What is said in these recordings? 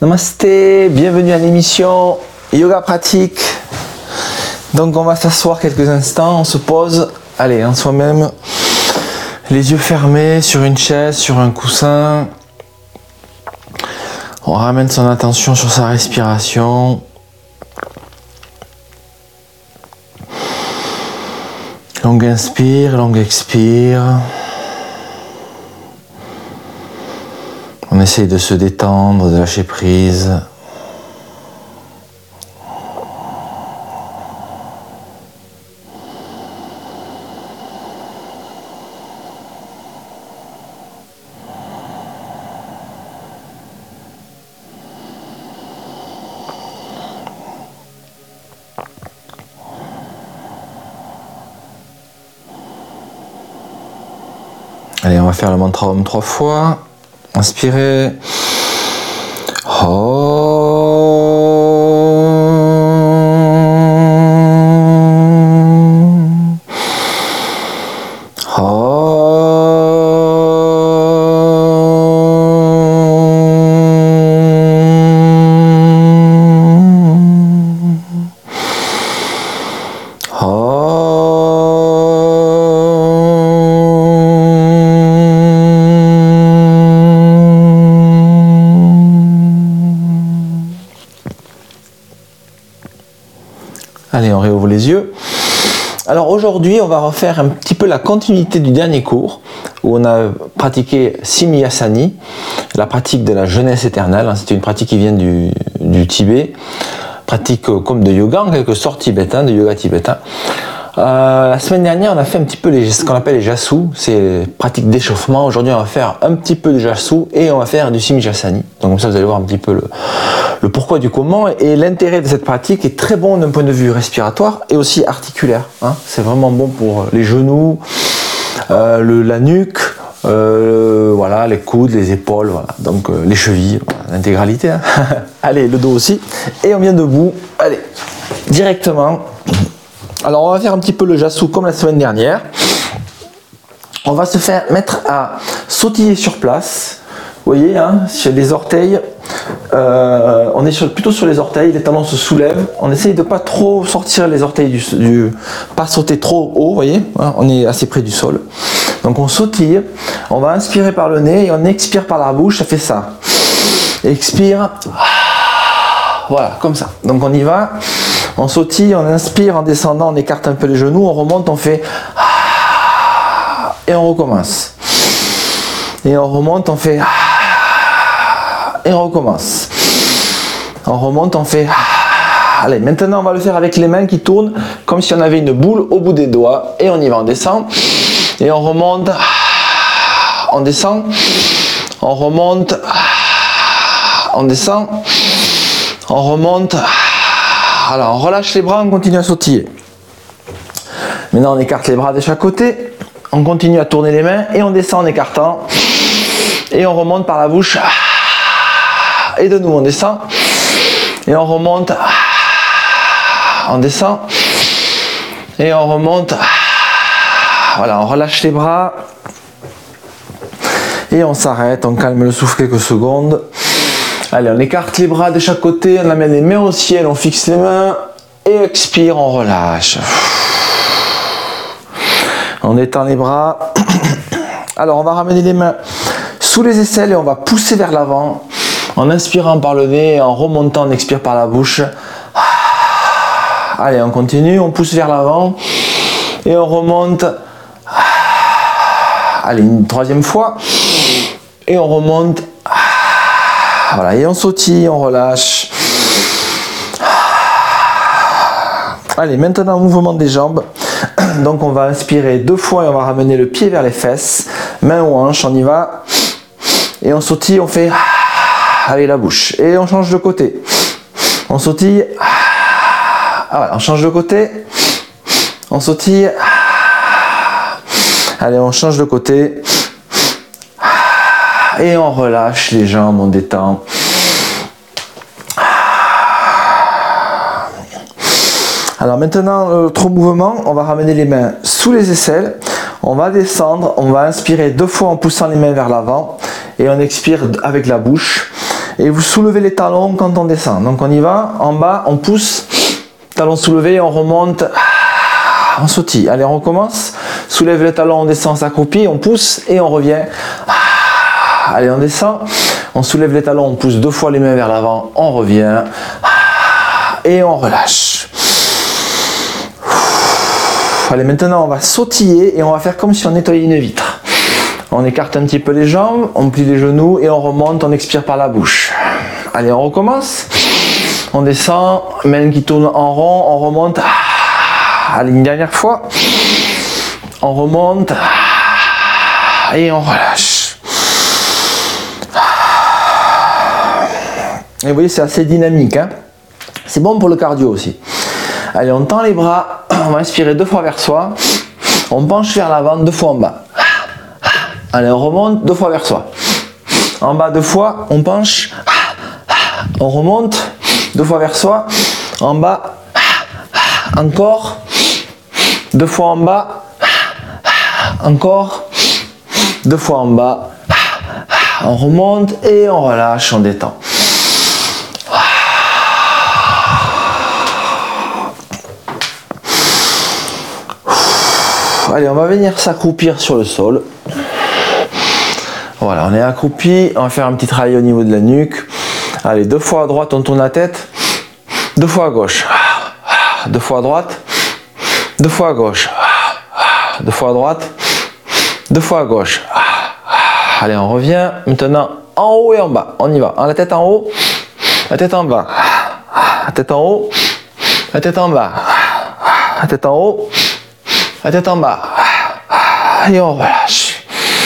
Namasté, bienvenue à l'émission Yoga Pratique. Donc on va s'asseoir quelques instants, on se pose, allez, en soi-même, les yeux fermés sur une chaise, sur un coussin. On ramène son attention sur sa respiration. Longue inspire, longue expire. On essaye de se détendre, de lâcher prise. Allez, on va faire le mantra Om 3 fois. Inspirez. Allez, on réouvre les yeux. Alors aujourd'hui, on va refaire un petit peu la continuité du dernier cours où on a pratiqué Simyasani, la pratique de la jeunesse éternelle. C'est une pratique qui vient du Tibet, pratique comme de yoga en quelque sorte tibétain, de yoga tibétain. La semaine dernière, on a fait un petit peu ce qu'on appelle les jassu, c'est pratique d'échauffement. Aujourd'hui, on va faire un petit peu de jassu et on va faire du Simyasani. Donc comme ça, vous allez voir un petit peu le pourquoi du comment. Et l'intérêt de cette pratique est très bon d'un point de vue respiratoire et aussi articulaire. C'est vraiment bon pour les genoux, la nuque, voilà, les coudes, les épaules, voilà. Donc les chevilles, l'intégralité. Allez, le dos aussi. Et on vient debout. Allez, directement. Alors on va faire un petit peu le jassu comme la semaine dernière. On va se faire mettre à sautiller sur place. Vous voyez, sur les orteils, on est plutôt sur les orteils, les talons se soulèvent. On essaye de pas trop sortir les orteils pas sauter trop haut, vous voyez, on est assez près du sol. Donc on sautille, on va inspirer par le nez et on expire par la bouche, ça fait ça. Expire, voilà, comme ça. Donc on y va. On sautille, on inspire en descendant, on écarte un peu les genoux, on remonte, on fait et on recommence. Et on remonte, on fait et on recommence. On remonte, on fait allez, maintenant on va le faire avec les mains qui tournent comme si on avait une boule au bout des doigts et on y va, on descend et on remonte, on descend, on remonte, on descend, on remonte. Alors on relâche les bras, on continue à sautiller. Maintenant on écarte les bras de chaque côté, on continue à tourner les mains et on descend en écartant. Et on remonte par la bouche. Et de nouveau on descend. Et on remonte. On descend. Et on remonte. Voilà, on relâche les bras. Et on s'arrête, on calme le souffle quelques secondes. Allez, on écarte les bras de chaque côté, on amène les mains au ciel, on fixe les mains, et expire, on relâche. On étend les bras. Alors, on va ramener les mains sous les aisselles et on va pousser vers l'avant, en inspirant par le nez, en remontant, on expire par la bouche. Allez, on continue, on pousse vers l'avant, et on remonte. Allez, une troisième fois, et on remonte. Voilà, et on sautille, on relâche. Allez, maintenant mouvement des jambes. Donc on va inspirer 2 fois et on va ramener le pied vers les fesses. Main aux hanches, on y va. Et on sautille, on fait avec la bouche. Et on change de côté. On sautille. Voilà, on change de côté. On sautille. Allez, on change de côté. Et on relâche les jambes, on détend. Alors maintenant, l'autre mouvement, on va ramener les mains sous les aisselles. On va descendre, on va inspirer 2 fois en poussant les mains vers l'avant. Et on expire avec la bouche. Et vous soulevez les talons quand on descend. Donc on y va, en bas, on pousse, talons soulevés, on remonte, on sautille. Allez, on recommence. Soulève les talons, on descend, s'accroupit, on pousse et on revient. Allez, on descend, on soulève les talons, on pousse 2 fois les mains vers l'avant, on revient et on relâche. Allez, maintenant on va sautiller et on va faire comme si on nettoyait une vitre. On écarte un petit peu les jambes, on plie les genoux et on remonte, on expire par la bouche. Allez, on recommence. On descend, main qui tourne en rond, on remonte. Allez, une dernière fois. On remonte et on relâche. Et vous voyez, c'est assez dynamique, hein. C'est bon pour le cardio aussi. Allez, on tend les bras, on va inspirer 2 fois vers soi. On penche vers l'avant, 2 fois en bas. Allez, on remonte, 2 fois vers soi. En bas 2 fois, on penche. On remonte, 2 fois vers soi. En bas, encore. 2 fois en bas. Encore. 2 fois en bas. On remonte et on relâche, on détend. Allez, on va venir s'accroupir sur le sol. Voilà, on est accroupi. On va faire un petit travail au niveau de la nuque. Allez, 2 fois à droite, on tourne la tête. 2 fois à gauche. 2 fois à droite. 2 fois à gauche. 2 fois à droite. 2 fois à gauche. Allez, on revient. Maintenant, en haut et en bas. On y va. La tête en haut. La tête en bas. La tête en haut. La tête en bas. La tête en haut. La tête en bas. Et on relâche.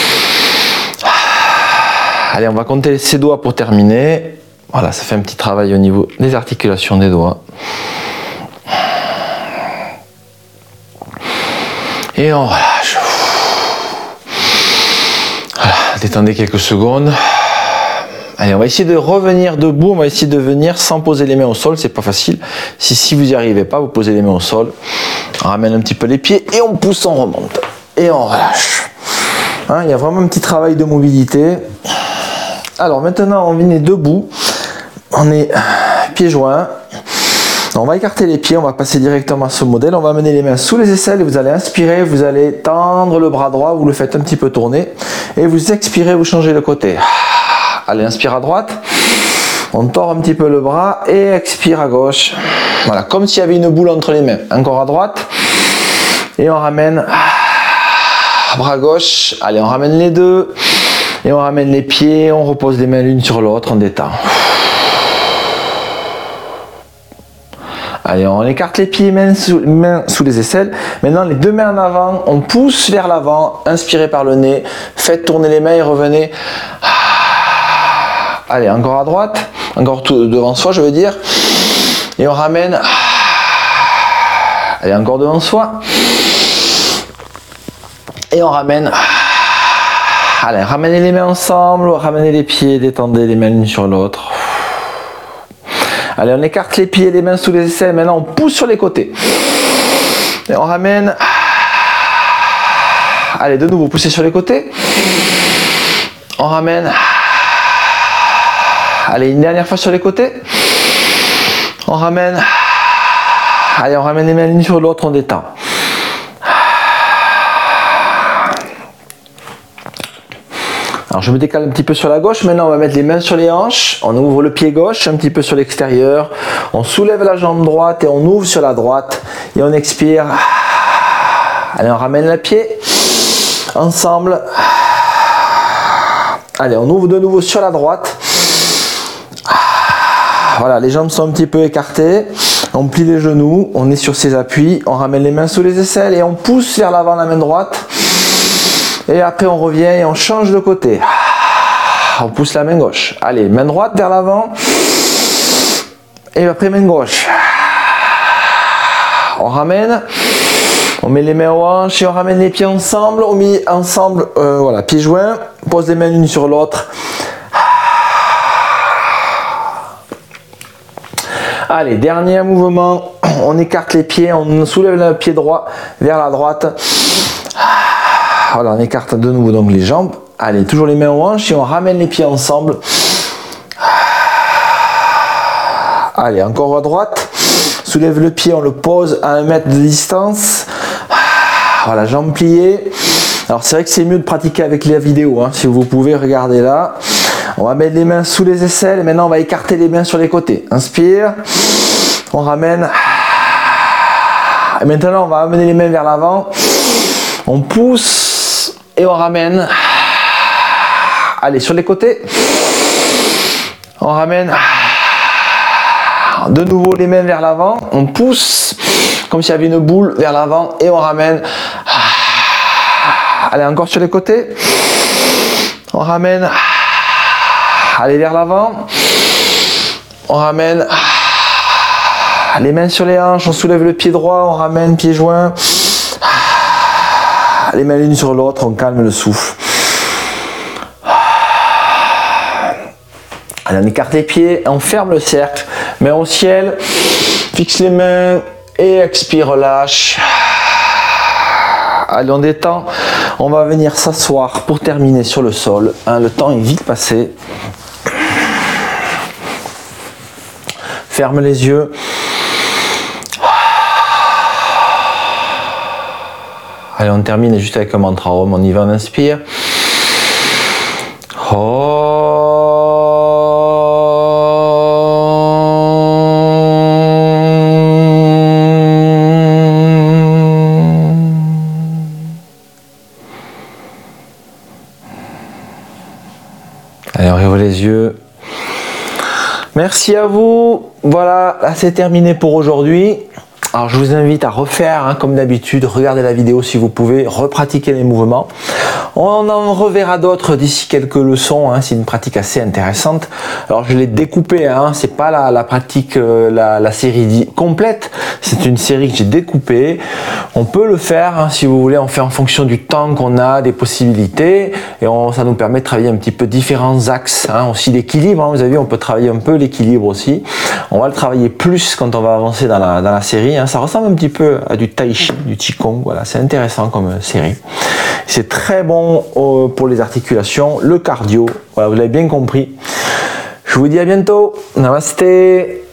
Allez, on va compter ses doigts pour terminer. Voilà, ça fait un petit travail au niveau des articulations des doigts. Et on relâche. Voilà, détendez quelques secondes. Allez, on va essayer de revenir debout. On va essayer de venir sans poser les mains au sol. C'est pas facile. Si vous n'y arrivez pas, vous posez les mains au sol. On ramène un petit peu les pieds et on pousse, on remonte. Et on relâche. Hein, il y a vraiment un petit travail de mobilité. Alors maintenant, on vient debout. On est pieds joints. On va écarter les pieds. On va passer directement à ce modèle. On va amener les mains sous les aisselles et vous allez inspirer. Vous allez tendre le bras droit. Vous le faites un petit peu tourner. Et vous expirez, vous changez de côté. Allez, inspire à droite. On tord un petit peu le bras et expire à gauche. Voilà, comme s'il y avait une boule entre les mains. Encore à droite. Et on ramène bras gauche. Allez, on ramène les deux. Et on ramène les pieds. On repose les mains l'une sur l'autre. On détend. Allez, on écarte les pieds, mains sous les aisselles. Maintenant, les 2 mains en avant. On pousse vers l'avant. Inspirez par le nez. Faites tourner les mains et revenez. Allez, encore à droite. Encore tout devant soi, je veux dire. Et on ramène. Allez, encore devant soi. Et on ramène. Allez, ramenez les mains ensemble. Ramenez les pieds. Détendez les mains l'une sur l'autre. Allez, on écarte les pieds, les mains sous les aisselles. Maintenant, on pousse sur les côtés. Et on ramène. Allez, de nouveau, poussez sur les côtés. On ramène. Allez, une dernière fois sur les côtés. On ramène. Allez, on ramène les mains l'une sur l'autre, on détend. Alors, je me décale un petit peu sur la gauche. Maintenant, on va mettre les mains sur les hanches. On ouvre le pied gauche un petit peu sur l'extérieur. On soulève la jambe droite et on ouvre sur la droite. Et on expire. Allez, on ramène le pied. Ensemble. Allez, on ouvre de nouveau sur la droite. Voilà, les jambes sont un petit peu écartées. On plie les genoux, on est sur ses appuis. On ramène les mains sous les aisselles et on pousse vers l'avant la main droite. Et après, on revient et on change de côté. On pousse la main gauche. Allez, main droite vers l'avant. Et après, main gauche. On ramène. On met les mains aux hanches et on ramène les pieds ensemble. On met ensemble, voilà, pieds joints. On pose les mains l'une sur l'autre. Allez, dernier mouvement. On écarte les pieds. On soulève le pied droit vers la droite. Voilà, on écarte de nouveau donc les jambes. Allez, toujours les mains aux hanches et on ramène les pieds ensemble. Allez, encore à droite. Soulève le pied, on le pose à 1 mètre de distance. Voilà, jambes pliées. Alors c'est vrai que c'est mieux de pratiquer avec la vidéo, hein, si vous pouvez regarder là. On va mettre les mains sous les aisselles. Maintenant, on va écarter les mains sur les côtés. Inspire. On ramène. Et maintenant, on va amener les mains vers l'avant. On pousse et on ramène. Allez, sur les côtés. On ramène. De nouveau les mains vers l'avant. On pousse comme s'il y avait une boule vers l'avant et on ramène. Allez, encore sur les côtés. On ramène. Allez, vers l'avant. On ramène. Les mains sur les hanches. On soulève le pied droit. On ramène, pied joint. Les mains l'une sur l'autre. On calme le souffle. Allez, on écarte les pieds. On ferme le cercle. Main au ciel. Fixe les mains. Et expire, relâche. Allez, on détend. On va venir s'asseoir pour terminer sur le sol. Hein, le temps est vite passé. Ferme les yeux. Allez, on termine juste avec un mantra Om. On y va, on inspire. Allez, on réouvre les yeux. Merci à vous. Voilà, là c'est terminé pour aujourd'hui. Alors je vous invite à refaire, hein, comme d'habitude, regardez la vidéo si vous pouvez, repratiquer les mouvements. On en reverra d'autres d'ici quelques leçons, hein, c'est une pratique assez intéressante. Alors je l'ai découpé, hein, c'est pas la pratique, la série complète, c'est une série que j'ai découpée. On peut le faire, hein, si vous voulez, on fait en fonction du temps qu'on a, des possibilités, et ça nous permet de travailler un petit peu différents axes, hein, aussi l'équilibre, hein, vous avez vu, on peut travailler un peu l'équilibre aussi. On va le travailler plus quand on va avancer dans la série, hein. Ça ressemble un petit peu à du tai chi, du qigong, voilà, c'est intéressant comme série. C'est très bon pour les articulations, le cardio, voilà, vous l'avez bien compris. Je vous dis à bientôt, namasté.